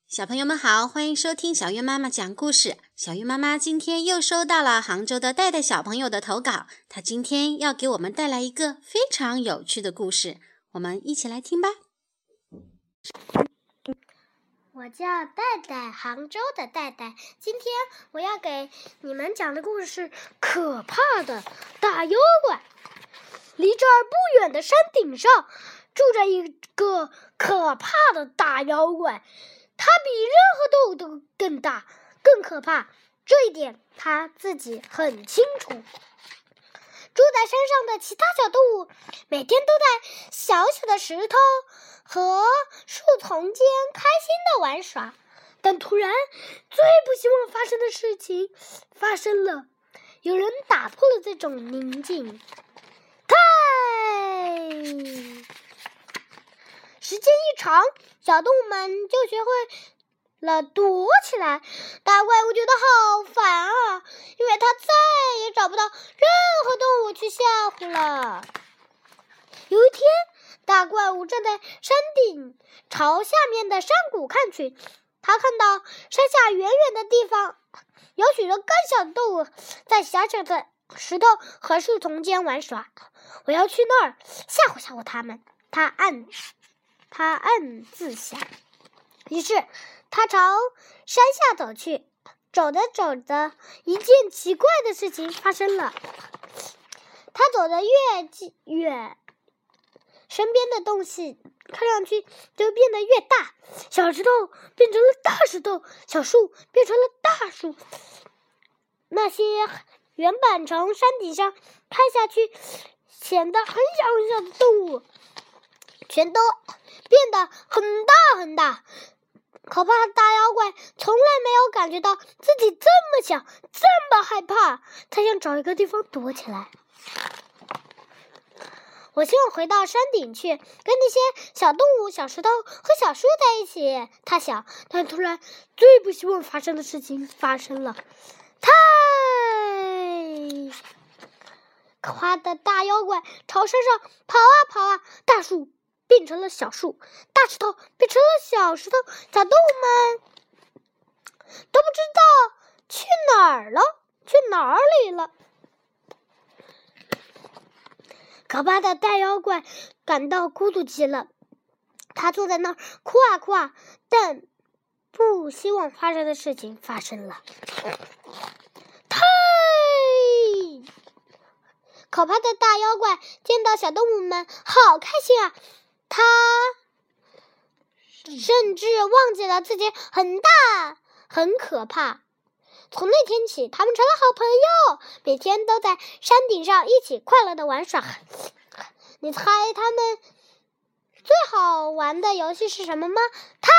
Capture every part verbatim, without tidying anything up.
小朋友们好，欢迎收听小月妈妈讲故事。小月妈妈今天又收到了杭州的戴戴小朋友的投稿，她今天要给我们带来一个非常有趣的故事，我们一起来听吧。 我叫戴戴，杭州的戴戴。今天我要给你们讲的故事是可怕的大妖怪。离这儿不远的山顶上住着一个可怕的大妖怪，它比任何动物都更大更可怕，这一点他自己很清楚。住在山上的其他小动物每天都在小小的石头和树丛间开心地玩耍，但突然最不希望发生的事情发生了，有人打破了这种宁静。太时间一长，小动物们就学会了躲起来。大怪物觉得好烦啊，因为他再也找不到任何动物去吓唬了。有一天，大怪物站在山顶，朝下面的山谷看去，他看到山下远远的地方有许多更小的动物在狭小的石头和树丛间玩耍。我要去那儿吓唬吓唬他们，他暗他暗自想。于是他朝山下走去，走着走着，一件奇怪的事情发生了。他走得越远，身边的东西看上去就变得越大，小石头变成了大石头，小树变成了大树。那些原本从山顶上看下去显得很小很小的动物，全都变得很大很大。可怕的大妖怪从来没有感觉到自己这么小，这么害怕，他想找一个地方躲起来。我希望回到山顶去，跟那些小动物、小石头和小树在一起，他想。但突然，最不希望发生的事情发生了。太可怕的大妖怪朝山上跑啊跑啊，大树变成了小树，大石头变成了小石头，小动物们都不知道去哪儿了，去哪里了。可怕的大妖怪感到孤独极了，他坐在那儿哭啊哭啊，但不希望发生的事情发生了。太可怕的大妖怪见到小动物们好开心啊，他甚至忘记了自己很大很可怕。从那天起，他们成了好朋友，每天都在山顶上一起快乐地玩耍。你猜他们最好玩的游戏是什么吗？太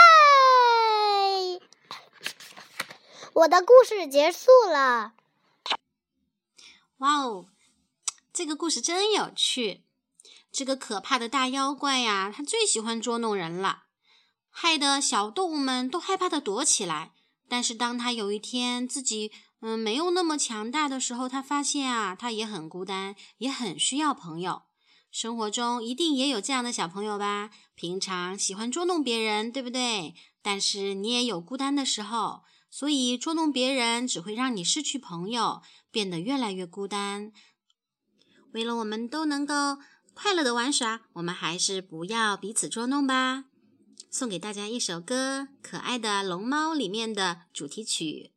我的故事结束了。 哇哦，这个故事真有趣。这个可怕的大妖怪呀，他最喜欢捉弄人了，害得小动物们都害怕地躲起来。但是当他有一天自己嗯没有那么强大的时候，他发现啊，他也很孤单，也很需要朋友。生活中一定也有这样的小朋友吧，平常喜欢捉弄别人，对不对？但是你也有孤单的时候，所以捉弄别人只会让你失去朋友，变得越来越孤单。为了我们都能够快乐的玩耍，我们还是不要彼此捉弄吧。送给大家一首歌，可爱的龙猫里面的主题曲。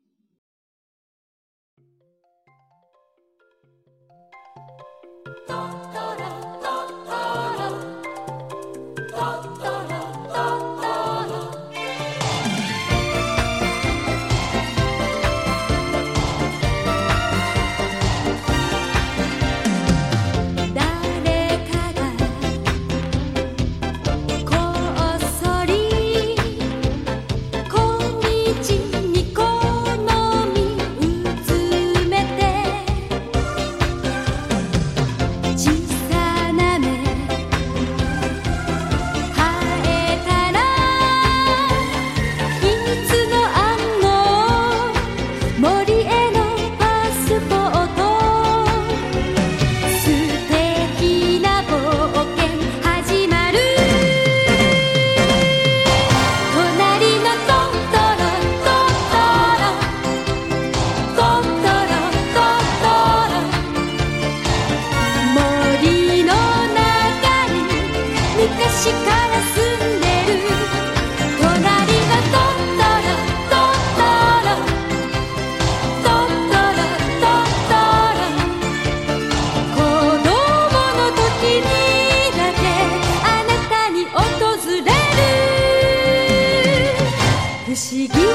こっそり小道にこ思議